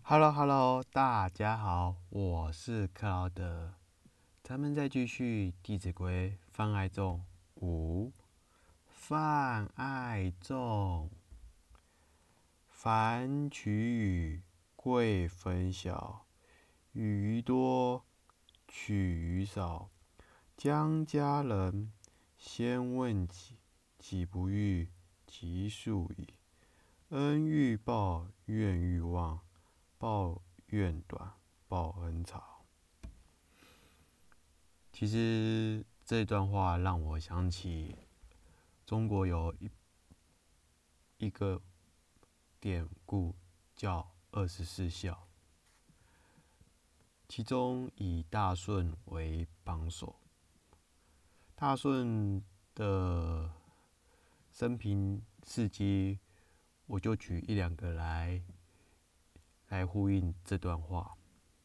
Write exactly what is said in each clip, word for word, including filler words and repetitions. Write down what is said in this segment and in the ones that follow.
Hello Hello，大家好，我是克劳德。咱们再继续《弟子规》泛爱众五。泛爱众，凡取与，贵分晓。予于多，取于少。将家人，先问己，己不欲，即速矣。恩欲报，怨欲忘。报怨短，报恩长。其实这段话让我想起中国有一一个典故叫二十四孝，其中以大舜为榜首。大舜的生平事迹，我就举一两个来来呼应这段话。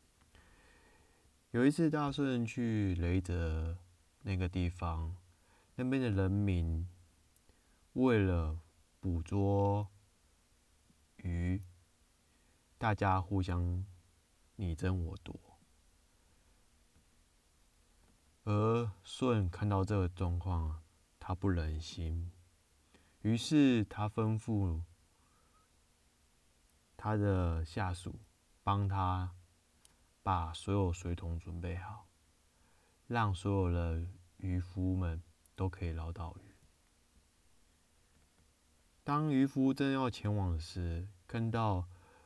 有一次，大舜去雷泽那个地方，那边的人民为了捕捉鱼，大家互相你争我夺。而舜看到这个状况，他不忍心，于是他吩咐他的下属帮他把所有水桶准备好，让所有的渔夫们都可以捞到鱼。当渔夫正要前往时，看到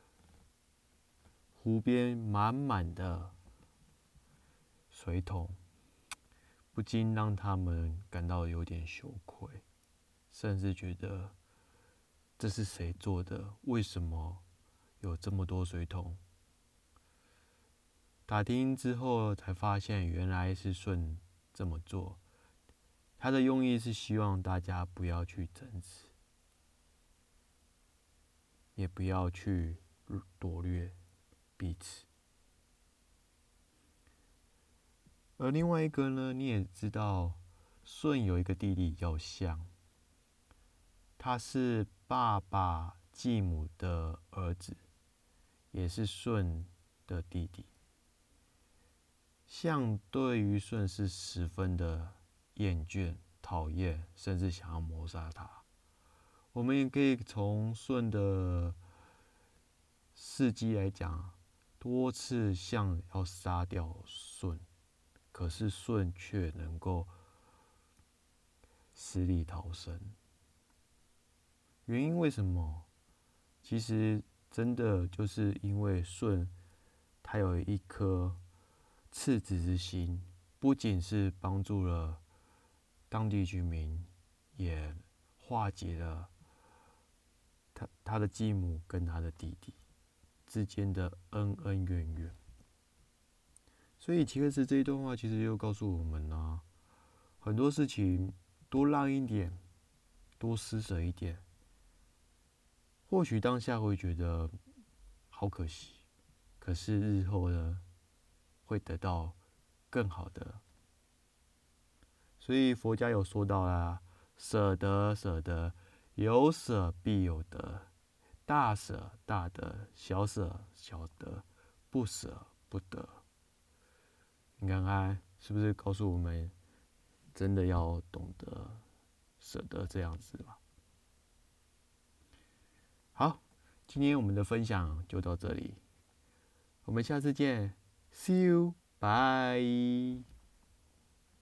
湖边满满的水桶，不禁让他们感到有点羞愧，甚至觉得这是谁做的？为什么有这么多水桶？打听之后才发现，原来是舜这么做，他的用意是希望大家不要去争执，也不要去夺掠彼此。而另外一个呢，你也知道，舜有一个弟弟叫象，他是爸爸继母的儿子，也是舜的弟弟。象对于舜是十分的厌倦、讨厌，甚至想要谋杀他。我们也可以从舜的事迹来讲，多次象要杀掉舜，可是舜却能够死里逃生。原因为什么？其实真的就是因为舜他有一颗赤子之心，不仅是帮助了当地居民，也化解了他他的继母跟他的弟弟之间的恩恩怨怨。所以齐克斯这一段话其实又告诉我们啊，很多事情多让一点，多施舍一点，或许当下会觉得好可惜，可是日后呢，会得到更好的。所以佛家有说到啦，舍得舍得，有舍必有得，大舍大得，小舍小得，不舍不得。你看看是不是告诉我们，真的要懂得舍得这样子吧？好，今天我们的分享就到这里，我们下次见 ，See you，拜。